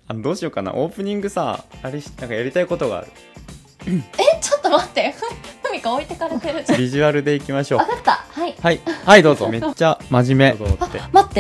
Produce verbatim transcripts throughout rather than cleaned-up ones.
あのどうしようかな、オープニングさ、あれなんかやりたいことがある。 え、ちょっと待って、ふみか置いてかれてる。 ビジュアルでいきましょう。 あ、だった。はいはいはい、どうぞ。めっちゃ真面目。どうぞって。 あ、待って、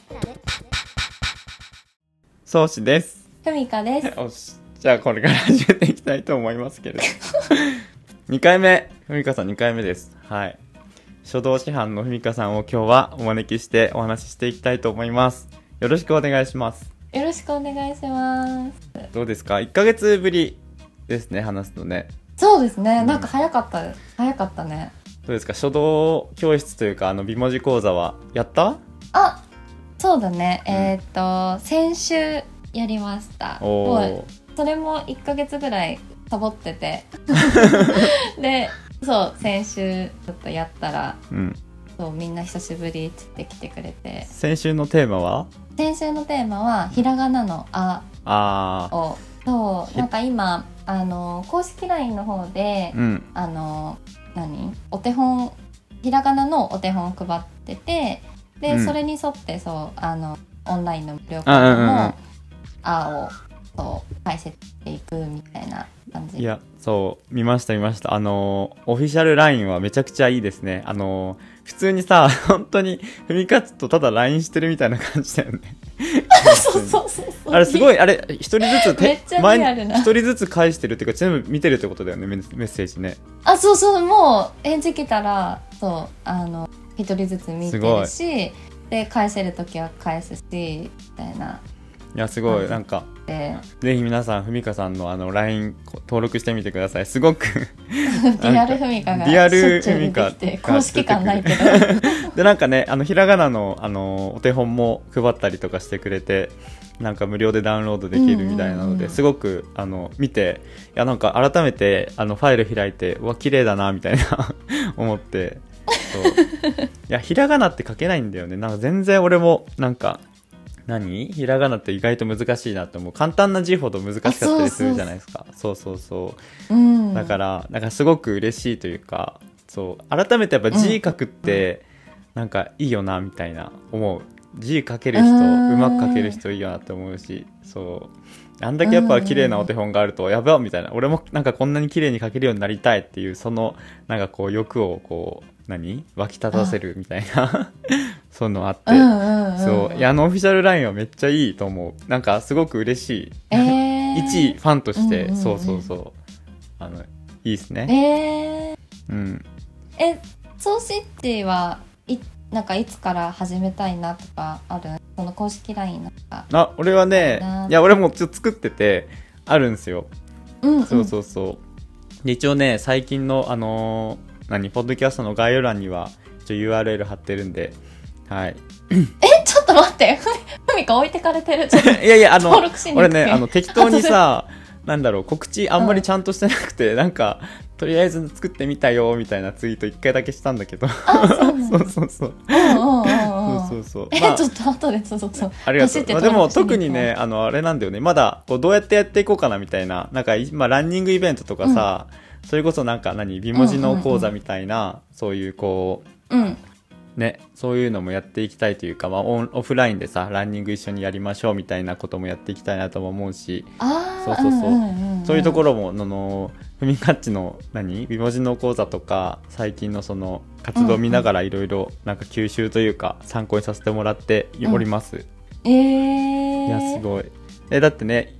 そうしです。 ふみかです。 よし、じゃあこれから始めていきたいと思いますけれどにかいめ、ふみかさんにかいめです。はい、書道師範のふみかさんを今日はお招きしてお話ししていきたいと思います。よろしくお願いします。 よろしくお願いします。 どうですか、いっかげつぶりですね、話すとね。 そうですね、 うん、 なんか早かった早かったね。 どうですか、書道教室というかあの美文字講座はやった？ あ、そうだね、 うん、 えっ、ー、と先週やりました。もうそれもいっかげつぐらいサボっててで、そう先週ちょっとやったら、うん、そうみんな久しぶりって来てくれて。 先週のテーマは先週のテーマはひらがなのあを、そうなんか今あの公式 ライン の方で、うん、あの何お手本、ひらがなのお手本を配ってて、で、うん、それに沿ってそうあのオンラインの無料講座もあをそう解説していくみたいな感じ。 いや、そう見ました見ました。あのオフィシャル ライン はめちゃくちゃいいですね。あの普通にさ、本当にふみかつとただ ライン してるみたいな感じだよねそうそうそうそう、 あれすごい、あれ一人ずつめっちゃリアルな、 一人ずつ返してるっていうか全部見てるってことだよね、メッセージね。 あ、そうそう、もう返事来たらそうあの一人ずつ見てるし、で返せるときは返すしみたいな。 いやすごい、なんかぜひ皆さんふみかさんのあの ライン 登録してみてください。すごくリアルふみかがリアルふみか公式感ないけどでなんかね、あのひらがなのあのお手本も配ったりとかしてくれて、なんか無料でダウンロードできるみたいなので、うんうんうん、すごくあの見て、いやなんか改めてあのファイル開いて、うわ綺麗だなみたいな思って、そういやひらがなって書けないんだよね。なんか全然俺もなんか何ひらがなって意外と難しいなって思う。簡単な字ほど難しかったりするじゃないですか。そうそうそう、うん、だからなんかすごく嬉しいというか、そう改めてやっぱ字書くってなんかいいよなみたいな思う。字書ける人、うまく書ける人いいよなって思うし、そうあんだけやっぱ綺麗なお手本があるとやばっみたいな、俺もなんかこんなに綺麗に書けるようになりたいっていう、そのなんかこう欲をこう何湧き立たせるみたいなそういうのあって、うんうんうん、そういやあのオフィシャル ライン はめっちゃいいと思う。なんかすごく嬉しい、えー、一ファンとして、うんうんうん、そうそうそうあのいいですね。えー、うん、 え、ソーシッチはいなんかいつから始めたいなとかある？その公式 ライン なんか。 あ、俺はね、いや俺もちょっと作っててあるんですよ、うんうん、そうそうそう。で一応ね最近のあのー何ポッドキャストの概要欄には一応 ユーアールエル 貼ってるんで、はいえ、ちょっと待って、ふみか置いてかれてる。ちょっといやいや、あの登録しに行く俺ね、あの適当にさなんだろう、告知あんまりちゃんとしてなくて、うん、なんかとりあえず作ってみたよみたいなツイートいっかいだけしたんだけど、 あ、そうなんだそうそうそう、 そうそうそう、 え、まあ、ちょっと後でそうそうそう、 ありがとう。まあ、でも特にね、あのあれなんだよね、まだこうどうやってやっていこうかなみたいな、なんか今ランニングイベントとかさ、うん、それこそなんか何美文字の講座みたいな、うんうんうん、そういうこう、うん、ね、そういうのもやっていきたいというか、まあ、オンオフラインでさランニング一緒にやりましょうみたいなこともやっていきたいなとも思うし、あ、そうそうそう、うんうんうん、そういうところもののふみかっちの何美文字の講座とか最近のその活動を見ながらいろいろなんか吸収というか参考にさせてもらっております、うん、えー、いやすごい。えだってね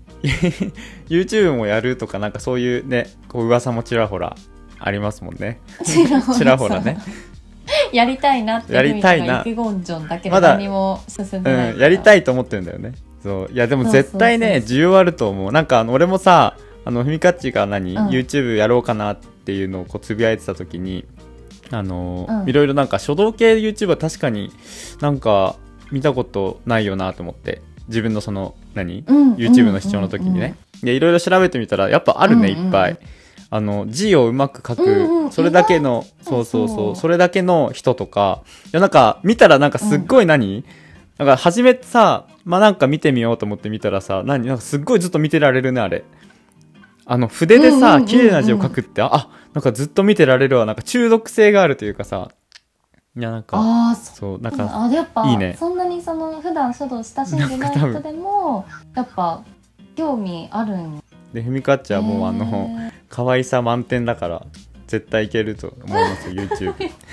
YouTube もやるとかなんかそういうねこう噂もちらほらありますもんね。ちらほらねやりたいなっていう意味が意気込んじょんだけど何も進んでない、 まうん、やりたいと思ってるんだよね。そういやでも絶対ね需要あると思う。なんかあの俺もさあのふみかっちが何、うん、YouTube やろうかなっていうのをこうつぶやいてた時にあの、うん、いろいろなんか書道系 YouTuber 確かになんか見たことないよなと思って、自分のその何、うん、YouTube の視聴の時にね、うん、いろいろ調べてみたらやっぱあるね、うんうん、いっぱいあの字をうまく書く、うんうん、それだけのそうそうそうそれだけの人とか、いやなんか見たらなんかすっごい何、うん、なんか初めさまあなんか見てみようと思って見たらさ、何なんかすっごいずっと見てられるねあれ。あの筆でさ綺麗な字を書くって、あなんかずっと見てられるわ。なんか中毒性があるというかさ、 いやなんかあそうなんかあやっぱいいね。 そんなにその普段書道親しんでない人でもやっぱ興味あるんでふみかっちはもうあの可愛さ満点だから絶対いけると思いますよYouTube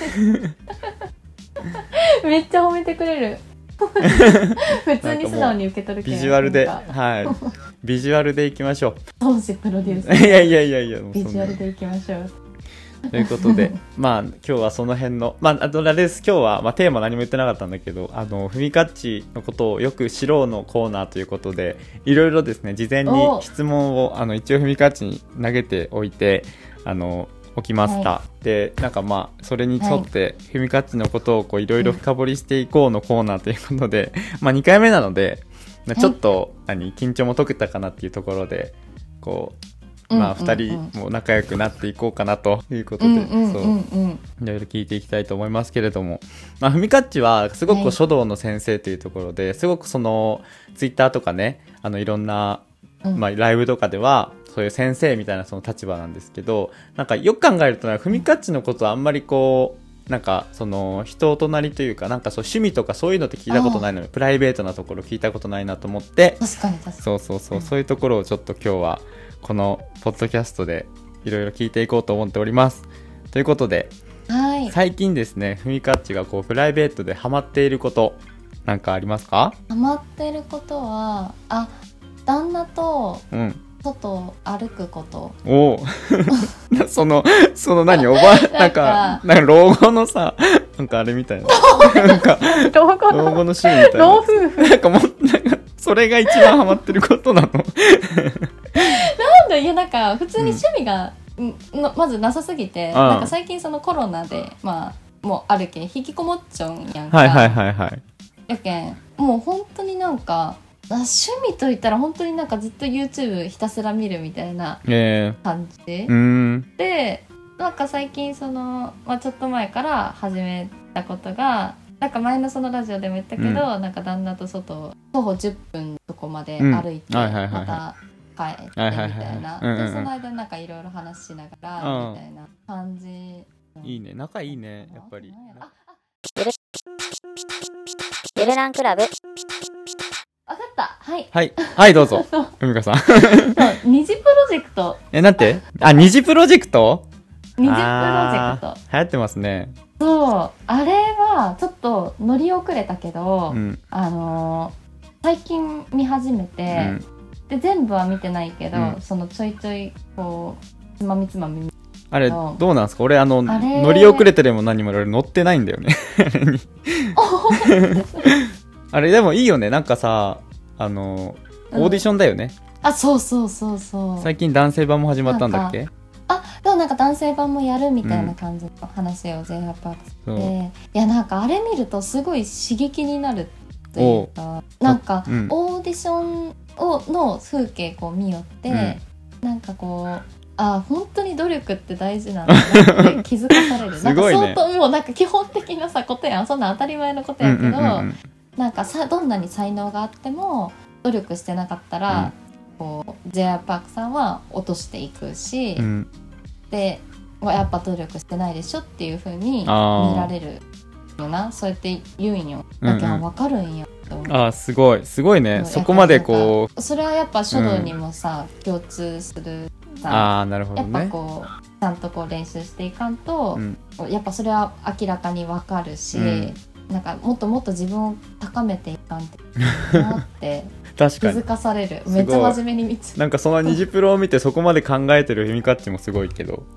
めっちゃ褒めてくれる普通に素直に受け取るけどビジュアルではいビジュアルでいきましょう当時プロデュースいやいやいやいやビジュアルでいきましょうということでまあ今日はその辺のまああとあれです今日は、まあ、テーマ何も言ってなかったんだけどあのふみかっちのことをよく知ろうのコーナーということでいろいろですね事前に質問をあの一応ふみかっちに投げておいてあの起きました、はい、でなんかまあそれに沿ってふみかっちのことをこういろいろ深掘りしていこうのコーナーということで、うん、まあにかいめなのでちょっと、はい、何緊張も解けたかなっていうところでこうまあふたりも仲良くなっていこうかなということで、そういろいろ聞いていきたいと思いますけれども、まあふみかっちはすごく書道の先生というところで、はい、すごくそのツイッターとかねあのいろんな、まあ、ライブとかではそういう先生みたいなその立場なんですけど、なんかよく考えるとふみかっちのことはあんまりこうなんかその人となりというかなんかそう趣味とかそういうのって聞いたことないのでプライベートなところ聞いたことないなと思って、 確かに確かにそうそうそう、うん、そういうところをちょっと今日はこのポッドキャストでいろいろ聞いていこうと思っております。ということで、 はい、 最近ですねふみかっちがこうプライベートでハマっていることなんかありますか？ ハマってることはあ旦那と外を歩くこと、 うん、おそのその何おばなんかなんか老後のさなんかあれみたいななんか老後の老後の趣味みたいな老夫婦なんかもうなんかそれが一番ハマってることなのなんだいやなんか普通に趣味が、うん、のまずなさすぎて、なんか最近そのコロナでまあもうあるけん引きこもっちゃうんやんか。 はいはいはいはいやけんもう本当になんか趣味といったら本当になんかずっと YouTube ひたすら見るみたいな感じ、 えー、うんでなんか最近その、まあ、ちょっと前から始めたことがなんか前のそのラジオでも言ったけど、うん、なんか旦那と外徒歩じゅっぷんとこまで歩いてまた帰ってみたいなでその間なんかいろいろ話しながらみたいな感じ、 うん、いいね仲いいねやっぱりああゆるランクラブわかったはいはいはいどうぞふみかさん二次プロジェクトえなんてあ二次プロジェクト二次プロジェクト流行ってますね。 そうあれはちょっと乗り遅れたけど、うん、あのー、最近見始めて、うん、で全部は見てないけど、うん、そのちょいちょいこうつまみつまみあれどうなんですか俺あのあ乗り遅れてでも何も俺乗ってないんだよねあれでもいいよねなんかさあのオーディションだよね、 うん、あそうそうそうそう最近男性版も始まったんだっけあでもなんか男性版もやるみたいな感じの話を ジェイアール パークスで、いやなんかあれ見るとすごい刺激になるというかなんかオーディションをの風景こう見よって、うん、なんかこうあ本当に努力って大事なんだなって気づかされるすごいねなんか相当もうなんか基本的なさことやんそんな当たり前のことやけど、うんうんうんうん、なんかさどんなに才能があっても努力してなかったら、うんこう ジェイアール パークさんは落としていくし、うん、でやっぱ努力してないでしょっていう風に見られるよなそうやって言うんよだけど分かるんやって思う、 うんうん、あすごいすごいねそこまでこうそれはやっぱ書道にもさ、うん、共通するさあなるほどねやっぱこうちゃんとこう練習していかんと、うん、やっぱそれは明らかに分かるし、うん、なんかもっともっと自分を高めていかんといけないなって確かに気づかされるめっちゃ真面目に見つなんかその二次プロを見てそこまで考えてるふみかっちもすごいけど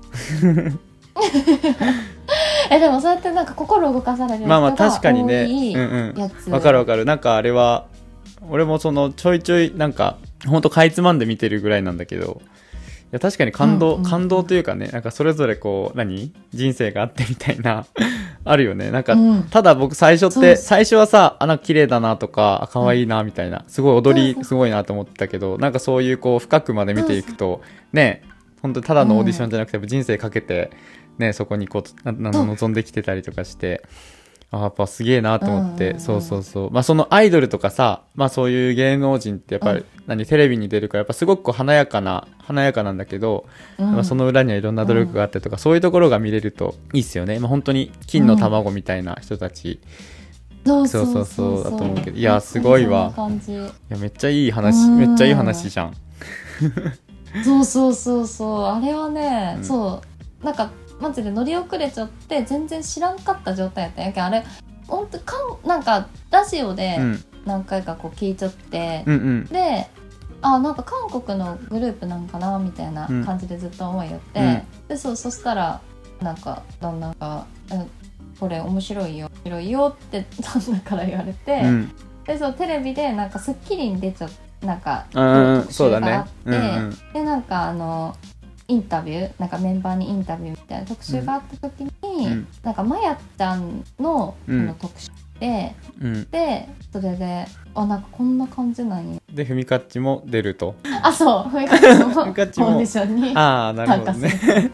えでもそうやってなんか心動かされる人が多いやつ、まあまあ確かにねうんうんわかるわかるなんかあれは俺もそのちょいちょいなんかほんとかいつまんで見てるぐらいなんだけどいや確かに感動、うんうん、感動というかねなんかそれぞれこう何人生があってみたいなあるよねなんか、うん、ただ僕最初って最初はさあなんか綺麗だなとか可愛いなみたいなすごい踊りすごいなと思ってたけどなんかそういうこう深くまで見ていくとね本当にただのオーディションじゃなくて人生かけてねそこにこう望んできてたりとかしてあやっぱすげえなと思って、 うんうんうん、 そうそうそう。まあそのアイドルとかさ、まあそういう芸能人ってやっぱり、うん、何、テレビに出るからやっぱすごくこう華やかな、華やかなんだけど、うん、まあ、その裏にはいろんな努力があってとか、うん、そういうところが見れるといいっすよね。まあ本当に金の卵みたいな人たち。 うん、 そうそうそうだと思うけど、いやすごいわ。いやめっちゃいい話、めっちゃいい話じゃん。 そうそうそうそう、あれはね、うん、そうなんかマジで乗り遅れちゃって全然知らんかった状態やったんやけど、あれ本当かんなんかラジオで何回かこう聞いちゃって、うんうん、であなんか韓国のグループなんかなみたいな感じでずっと思いよって、うん、でそうそしたらなんか旦那が、うん、これ面白いよ面白いよって旦那から言われて、うん、でそうテレビでなんか『スッキリ』に出ちゃなんか特集があって、ねうんうん、でなんかあのインタビューなんかメンバーにインタビューみたいな特集があった時に、うん、なんかまやちゃん の,、うん、の特集で、うん、でそれであなんかこんな感じなんやでふみかっちも出るとあそうふみかっちもオーディションにあなるほどね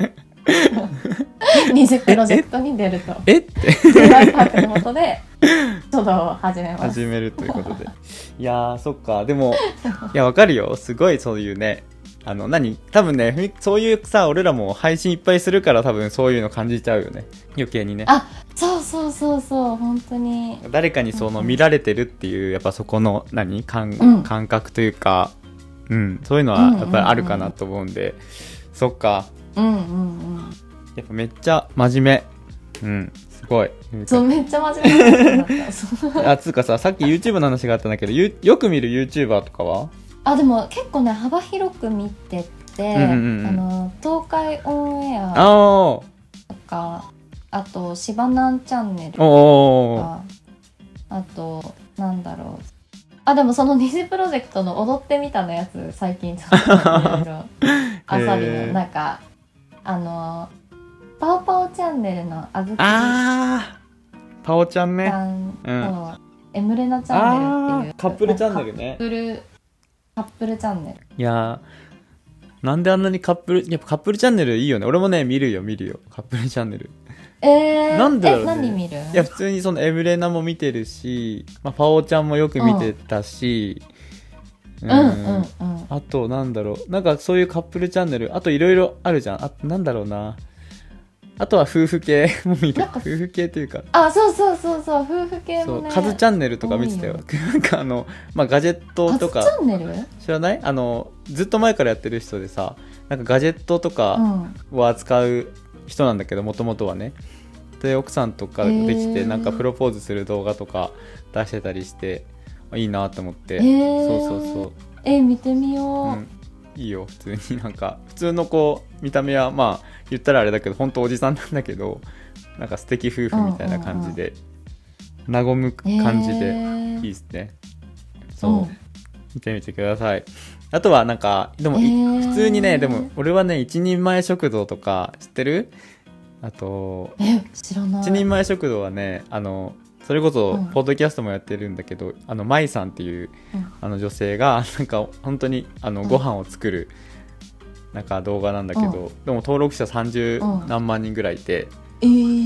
ニジプロジェクトに出るとえってジュライパークの下で書道を始めます始めるということでいやーそっかでもいやわかるよすごいそういうねあの何多分ねそういうさ俺らも配信いっぱいするから多分そういうの感じちゃうよね余計にねあそうそうそうそう本当に誰かにその見られてるっていうやっぱそこの何感、うん、感覚というかうんそういうのはやっぱりあるかなと思うんで、うんうんうん、そっかうんうんうんやっぱめっちゃ真面目うんすごいそうめっちゃ真面目だったあつうかささっき YouTube の話があったんだけどよく見る YouTuber とかはあでも結構ね幅広く見てて、うんうんうん、あの東海オンエアとか あ, あとしばなんチャンネルとかあとなんだろうあでもそのニジプロジェクトの踊ってみたのやつ最近ちょっといろいろあさりのなんかあのパオパオチャンネルのあずきあーパオちゃんねさんと、うん、エムレナチャンネルっていうカップルチャンネルねカップルカップルチャンネルいやなんであんなにカップルやっぱカップルチャンネルいいよね俺もね見るよ見るよカップルチャンネルえー、 なんでだろう、ね、 え何見るいや普通にそのエムレナも見てるし、まあ、パオちゃんもよく見てたし、 うん、うんうんうんあとなんだろうなんかそういうカップルチャンネルあといろいろあるじゃんあとなんだろうなあとは夫婦系も見る夫婦系というかあそうそうそうそう夫婦系もねカズチャンネルとか見てたよなんかあの、まあ、ガジェットとかカズチャンネル知らないあのずっと前からやってる人でさなんかガジェットとかを扱う人なんだけどもともとはねで奥さんとかできてなんかプロポーズする動画とか出してたりしていいなと思って、 えー、 そうそうそうえー、見てみよう、うん、 いいよ普通になんか普通のこう見た目はまあ言ったらあれだけど本当おじさんなんだけどなんか素敵夫婦みたいな感じで、うんうんうん、和む感じでいいですね、えー、そう、うん、見てみてくださいあとはなんかでも、えー、普通にねでも俺はね一人前食堂とか知ってるあとえ知らない一人前食堂はねあのそれこそポッドキャストもやってるんだけど、うん、あのマイさんっていう、うん、あの女性がなんか本当にあのご飯を作るなんか動画なんだけど、うん、でも登録者さんじゅうなんまんにんぐらいいて、 うん、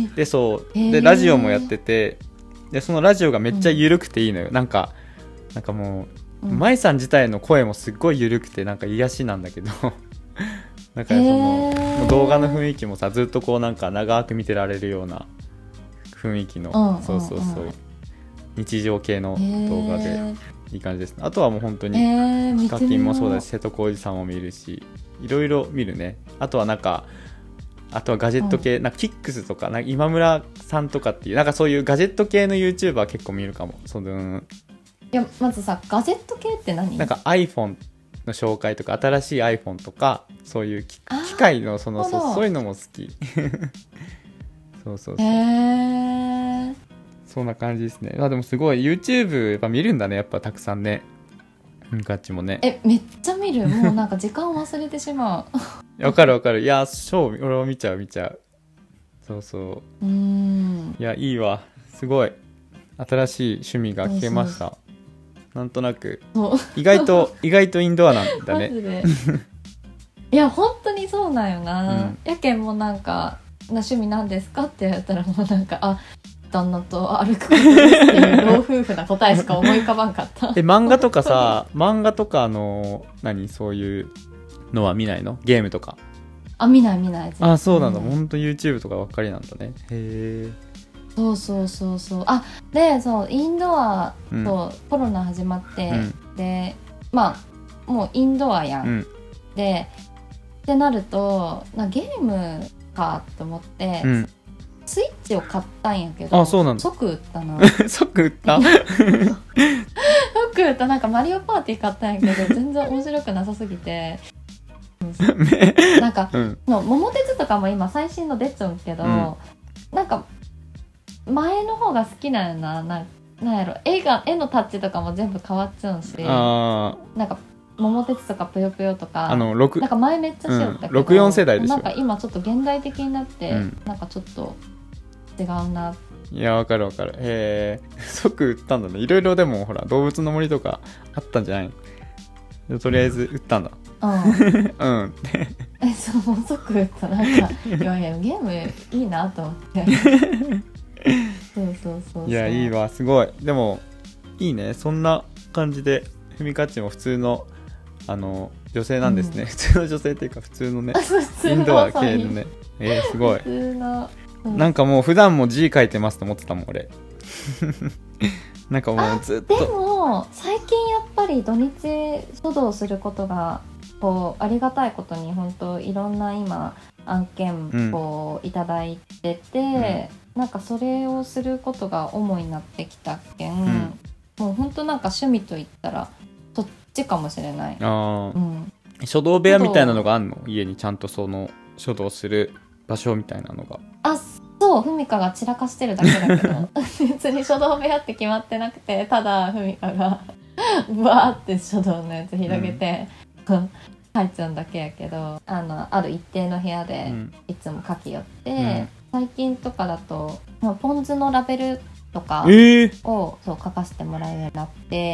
でそうでラジオもやっててでそのラジオがめっちゃ緩くていいのよ、うん、なんかなんかもう、うん、マイさん自体の声もすっごい緩くてなんか癒しなんだけどなんかその動画の雰囲気もさずっとこうなんか長く見てられるような雰囲気の、うん、そうそうそう、うん、日常系の動画でいい感じですね。あとはもう本当にヒカキンもそうだし瀬戸康史さんも見るしいろいろ見るね。あとはなんかあとはガジェット系、うん、なんかキックスとか、なんか今村さんとかっていうなんかそういうガジェット系の YouTuber 結構見るかも。そのいやまずさガジェット系って何？ なんか iPhone の紹介とか新しい iPhone とかそういう機械のそのそそういうのも好きそうそうそう、 へー、 そんな感じですね。あでもすごい YouTube やっぱ見るんだねやっぱたくさんね。ガッチもねえめっちゃ見るもうなんか時間忘れてしまうわかるわかるいや超俺も見ちゃう見ちゃうそうそううーんいやいいわすごい新しい趣味が聞けました。なんとなく意外と意外とインドアなんだねマジでいや本当にそうなんよな、うん、やけんもなんかな趣味なんですかって言われたらもうなんかあ旦那と歩くことですっていう老夫婦な答えしか思い浮かばんかったえ漫画とかさ漫画とかあの何そういうのは見ないの？ゲームとか。 あ見ない見ない。 あそうなんだ、ほんと YouTube とかばっかりなんだね。へえ。 そうそうそうそう。あでそうインドアと、うん、コロナ始まって、うん、でまあもうインドアやん、うん、でってなるとなゲームかと思って、うん、スイッチを買ったんやけど、 あそうなんだ。 即売ったな即売った即売った。なんかマリオパーティー買ったんやけど全然面白くなさすぎてなんか、うん、の桃鉄とかも今最新の出ちゃうけど、うん、なんか前の方が好きなんやな。な、なんやろ絵が絵のタッチとかも全部変わっちゃうし、あなんか桃鉄とかぷよぷよとかあのなんか前めっちゃしよったけど、うん、 ろくじゅうよん世代でしょ。 なんか今ちょっと現代的になって、うん、なんかちょっと違うな。 いやわかるわかる。へえ即売ったんだね。いろいろでもほら動物の森とかあったんじゃないの？とりあえず売ったんだ。うんうんえそう即売った。なんかいやいやゲームいいなと思ってそうそうそうそう。 いやいいわすごい。でもいいねそんな感じでふみかっちも普通のあの女性なんですね、うん、普通の女性っていうか普通のねインドア系のねえー、すごい普通の、うん、なんかもう普段も字書いてますと思ってたもん俺なんかもうずっと。 でも最近やっぱり土日書道することがこうありがたいことに本当いろんな今案件をいただいてて、うん、なんかそれをすることが主になってきたけん、うん、もう本当なんか趣味といったらそっちかもしれない。 あ、うん、書道部屋みたいなのがあんの？家にちゃんとその書道する場所みたいなのが。 あそうふみかが散らかしてるだけだけど別に書道部屋って決まってなくて、ただふみかがバーって書道のやつ広げて、うん、書いちゃうんだけやけど、あのある一定の部屋でいつも書きよって、うん、最近とかだとポン酢のラベルとかを、えー、そう書かせてもらえるようになって、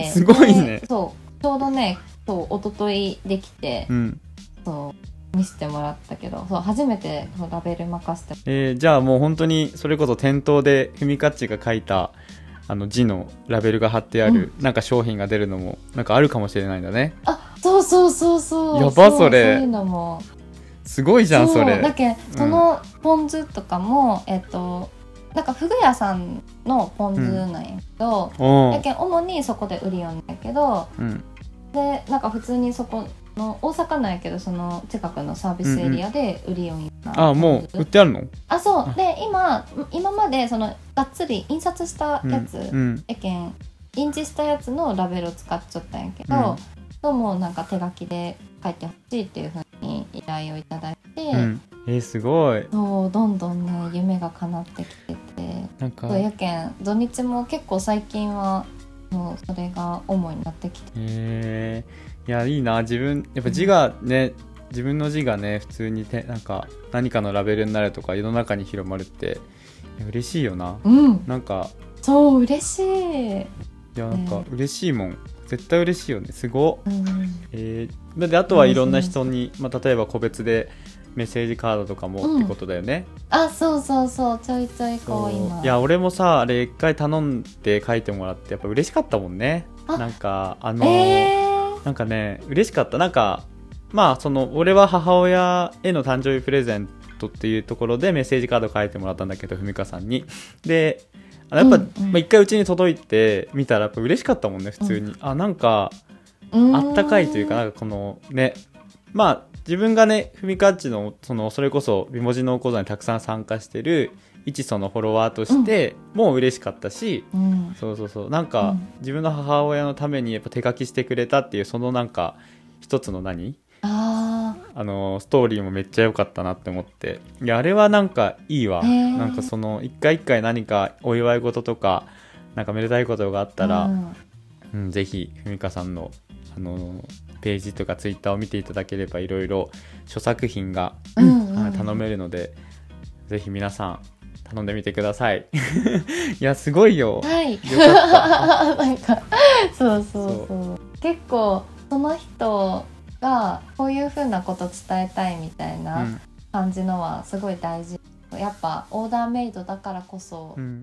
すごいね。 そうちょうどねそう一昨日できて、うん、そう見せてもらったけど、そう初めてそうラベル任せて、 えー、じゃあもう本当にそれこそ店頭でふみかっちが書いたあの字のラベルが貼ってある、うん、なんか商品が出るのもなんかあるかもしれないんだね。 あそうそうそうそう。 やばそれ。 そういうのもすごいじゃん そ, それ。 だけそのポン酢とかも、うん、えっとなんかフグ屋さんのポン酢なんやけど、うん、だけ主にそこで売りよんやけど、うん、でなんか普通にそこの大阪なんやけどその近くのサービスエリアで売りよんやな、 うんうん、あもう売ってあるの？ あそうで今今までそのがっつり印刷したやつ、うん、やけん印字したやつのラベルを使っちゃったんやけど、うん、どうもなんか手書きで書いてほしいっていう風に依頼をいただいて、うん、 えー、すごい。 そうどんどんね夢が叶ってきてて、なんかそうやけん土日も結構最近はもうそれが主になってきて、 へー、いやいいな。自分やっぱ字がね、うん、自分の字がね普通にてなんか何かのラベルになるとか世の中に広まるって嬉しいよな、 うん、 なんかそう嬉しい。 いやなんか嬉しいもん、ね、絶対嬉しいよね。すごっ、うん、えー、であとはいろんな人に、まあ、例えば個別でメッセージカードとかもってことだよね、 うん、あそうそうそうちょいちょいこう今いや俺もさあれ一回頼んで書いてもらってやっぱ嬉しかったもんね。なんかあの、えー、なんかね嬉しかった。なんかまあその俺は母親への誕生日プレゼントっていうところでメッセージカード書いてもらったんだけどふみかさんにであのやっぱ、うんうん、まあ、一回うちに届いてみたらやっぱ嬉しかったもんね普通に、うん、あなんかあったかいというかなんかこのねまあ自分がねふみかっちのそのそれこそ美文字の講座にたくさん参加してる一そのフォロワーとしても嬉しかったし、うん、そうそうそうなんか、うん、自分の母親のためにやっぱ手書きしてくれたっていうそのなんか一つの何ああのストーリーもめっちゃ良かったなって思って、いやあれはなんかいいわ。なんかその一回一回何かお祝い事とかなんかめでたいことがあったら、うんうん、ぜひふみかさんのあのページとかツイッターを見ていただければいろいろ著作品が、うんうん、頼めるのでぜひ皆さん頼んでみてくださいいやすごいよ、 はい、よかったなんかそうそうそう結構その人がこういう風なこと伝えたいみたいな感じのはすごい大事、うん、やっぱオーダーメイドだからこそ、うん、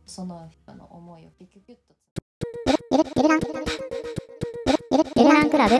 その人の思いをキュキュキュッとエレランエレランクラブ。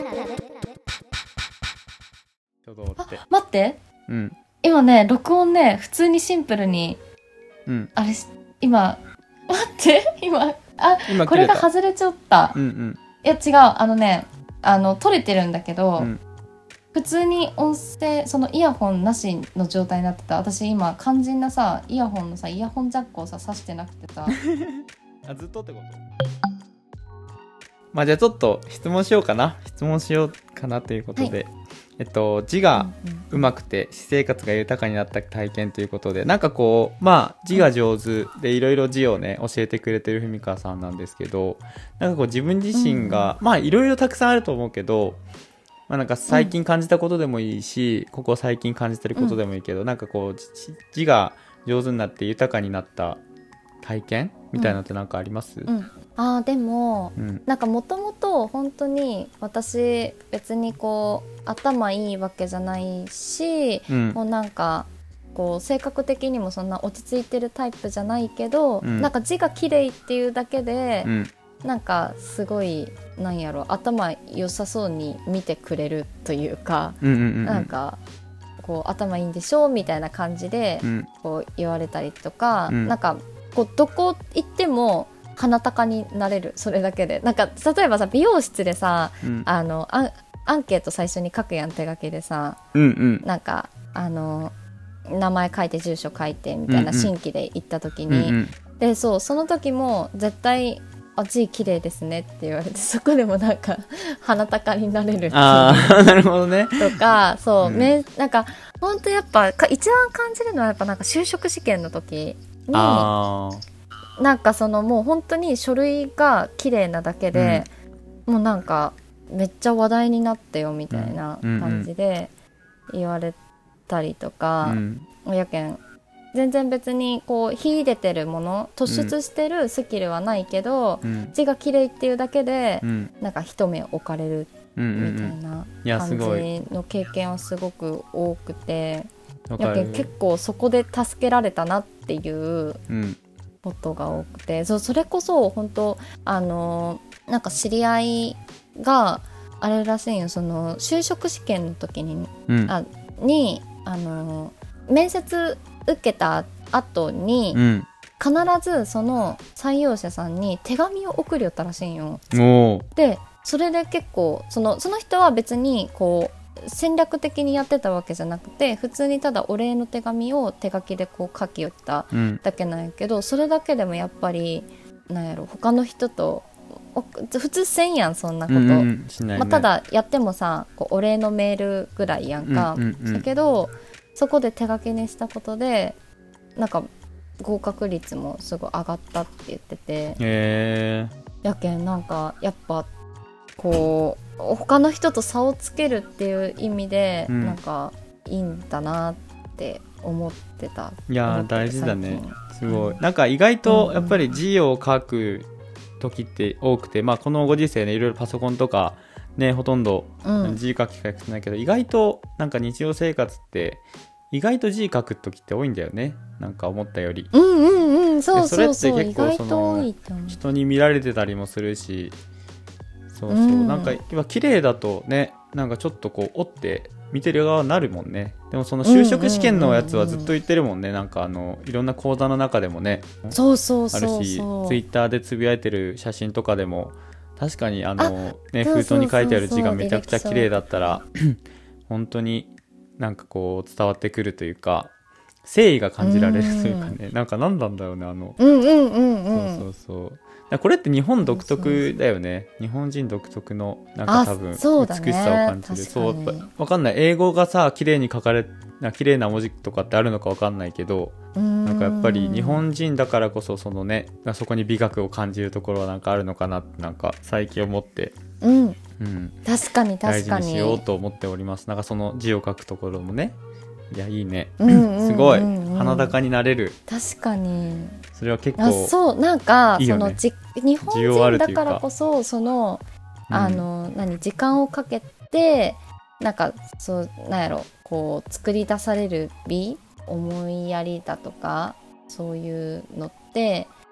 ちょうどって。 待って、 うん、 今ね録音ね普通にシンプルに、 うん、 あれ今待って今あ今これが外れちゃった、 うんうん、 いや違うあのねあの撮れてるんだけど、うん、普通に音声そのイヤホンなしの状態になってた。私今肝心なさイヤホンのさイヤホンジャックをさ挿してなくてさあずっとってこと？まあじゃあちょっと質問しようかな質問しようかなということで、はい、えっと字がうまくて私生活が豊かになった体験ということで、なんかこうまあ字が上手でいろいろ字をね教えてくれてる文川さんなんですけど、なんかこう自分自身が、うん、まあいろいろたくさんあると思うけど、まあ、なんか最近感じたことでもいいし、うん、ここ最近感じてることでもいいけど、うん、なんかこう字が上手になって豊かになった体験みたいなのってなんかあります？ うんうん、あでも、うん、なんかもともと本当に私別にこう頭いいわけじゃないし、うん、もうなんかこう性格的にもそんな落ち着いてるタイプじゃないけど、うん、なんか字が綺麗っていうだけで、うん、なんかすごいなんやろ頭良さそうに見てくれるというか、うんうんうん、なんかこう頭いいんでしょみたいな感じでこう言われたりとか、うん、なんかこうどこ行っても鼻高になれる。それだけでなんか例えばさ美容室でさ、うん、あのアン、アンケート最初に書くやん手書きでさ、うんうん、なんかあの名前書いて住所書いてみたいな、うんうん、新規で行った時に、うんうん、でそうその時も絶対あ字綺麗ですねって言われて、そこでもなんか鼻高になれるっていう。 あなるほどねとかそう、うん、めなんか本当やっぱ一番感じるのはやっぱなんか就職試験の時になんかそのもう本当に書類が綺麗なだけで、うん、もうなんかめっちゃ話題になってよみたいな感じで言われたりとか、うんうん、やけん全然別にこう秀でてるもの突出してるスキルはないけど、うん、字が綺麗っていうだけで、うん、なんか一目置かれるみたいな感じの経験はすごく多くて、やけん結構そこで助けられたなっていうことが多くて、そ, それこそ本当あのなんか知り合いがあれらしいよ、その就職試験の時に、うん、あにあの面接受けた後に、うん、必ずその採用者さんに手紙を送りよったらしいんよ。でそれで結構その、その人は別にこう戦略的にやってたわけじゃなくて、普通にただお礼の手紙を手書きでこう書きよっただけなんやけど、うん、それだけでもやっぱりなんやろ他の人と普通せんやんそんなこと、うんうんね、まあ、ただやってもさこうお礼のメールぐらいやんか、うんうんうん、だけどそこで手書きにしたことでなんか合格率もすごい上がったって言ってて、 へーやけんなんかやっぱこう他の人と差をつけるっていう意味で、うん、なんかいいんだなって思ってた。 いや大事だねすごい、うん、なんか意外とやっぱり字を書く時って多くて、まあこのご時世ねいろいろパソコンとかねほとんど字書く機会少ないけど、うん、意外となんか日常生活って意外と字書く時って多いんだよね、なんか思ったより。 うんうんうんそうそうそう、 それって結構その人に見られてたりもするし、そうそう、うん、なんか今綺麗だとねなんかちょっとこう折って見てる側になるもんね。でもその就職試験のやつはずっと言ってるもんね、なんかあのいろんな講座の中でもねそうそうそうそうあるし、ツイッターでつぶやいてる写真とかでも確かにあのね封筒に書いてある字がめちゃくちゃ綺麗だったら本当になんかこう伝わってくるというか誠意が感じられるというかね、うん、なんか何なんだろうねあの、 うんうんうんうん、 そうそうそう、これって日本独特だよね。日本人独特のなんか多分美しさを感じる。そう、ね、わかんない。英語がさ綺麗に書かれな綺麗な文字とかってあるのかわかんないけど、なんかやっぱり日本人だからこそそのねそこに美学を感じるところはなんかあるのかなってなんか最近思って、 うんうん、確かに確かに大事にしようと思っております。なんかその字を書くところもね、いやいいね、うんうんうんうん、すごい鼻高になれる。 確かにそれは結構そうなんかいいよ、ね、そのじ日本人だからこそその、うん、あの何時間をかけてなんかそうなんやろこう作り出される美思いやりだとかそういうのって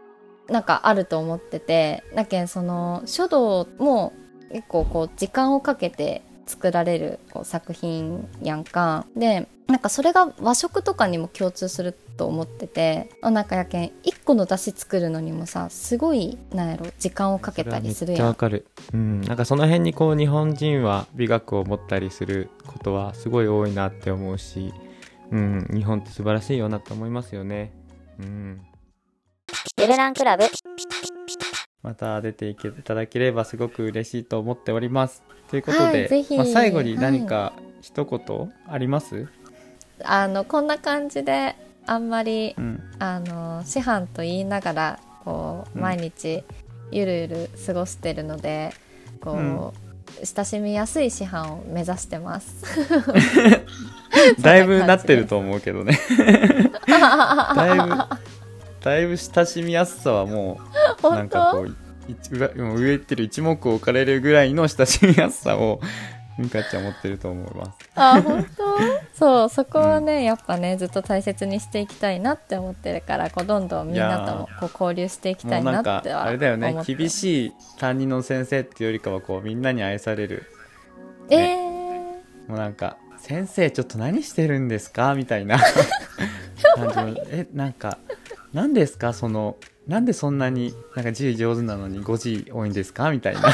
なんかあると思ってて、だけんその書道も結構こう時間をかけて作られるこう作品やんか。でなんかそれが和食とかにも共通すると思ってて、なんかやけんいっこの出汁作るのにもさすごいなんやろ時間をかけたりするやん。 めっちゃわかる。うん、なんかその辺にこう日本人は美学を持ったりすることはすごい多いなって思うし、うん、日本って素晴らしいよなと思いますよね。うん。 ゆるらんクラブ。 また出ていただければすごく嬉しいと思っております。ということで、 はい、ぜひ、 まあ、最後に何か一言あります？はい、 あのこんな感じであんまり、うん、あの師範と言いながらこう毎日ゆるゆる過ごしてるので、うん、こう、うん、親しみやすい師範を目指してますだいぶなってると思うけどねだいぶだいぶ親しみやすさはもうなんかこう上上ってる一目置かれるぐらいの親しみやすさをみかちゃん持ってると思います。 あ、本当？そう、そこはね、うん、やっぱねずっと大切にしていきたいなって思ってるから、こうどんどんみんなともこう交流していきたいなっては思って。もうなんかあれだよね、 厳しい担任の先生っていうよりかはこうみんなに愛される、 ね、えー、 もうなんか先生ちょっと何してるんですかみたいな感じのえなんか何ですかそのなんでそんなになんか字上手なのに語字多いんですかみたいな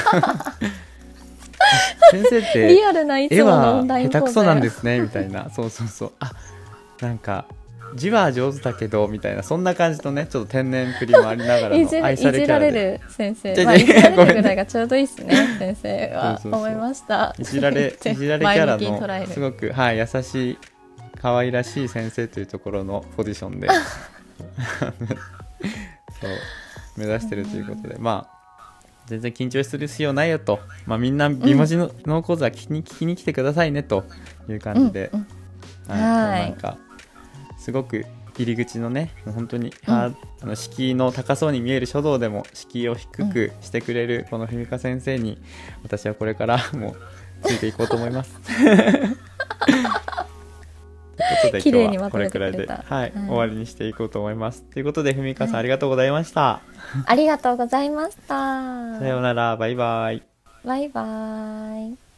先生ってリアルないつものオンライン講座絵は下手くそなんですねみたいなそうそうそうあなんか字は上手だけどみたいなそんな感じとねちょっと天然プリもありながらの愛されキャラでいじられる先生、まあ、いじられるぐらいがちょうどいいですね先生はそうそうそう思いましたいじられいじられキャラのすごく、はい、優しい可愛らしい先生というところのポジションでそう目指してるということで、まあ全然緊張する必要ないよと、まあ、みんな美文字の脳講座聞きに、聞きに来てくださいねという感じで、うんうん、はい、なんかすごく入り口のね本当に、うん、あの敷居の高そうに見える書道でも敷居を低くしてくれるこの文香先生に私はこれからもついていこうと思いますということで今日はこれくらいで、はい、うん、終わりにしていこうと思います。ということで文香さん、はい、ありがとうございました。 ありがとうございました。 さようなら、バイバイ。 バイバイ。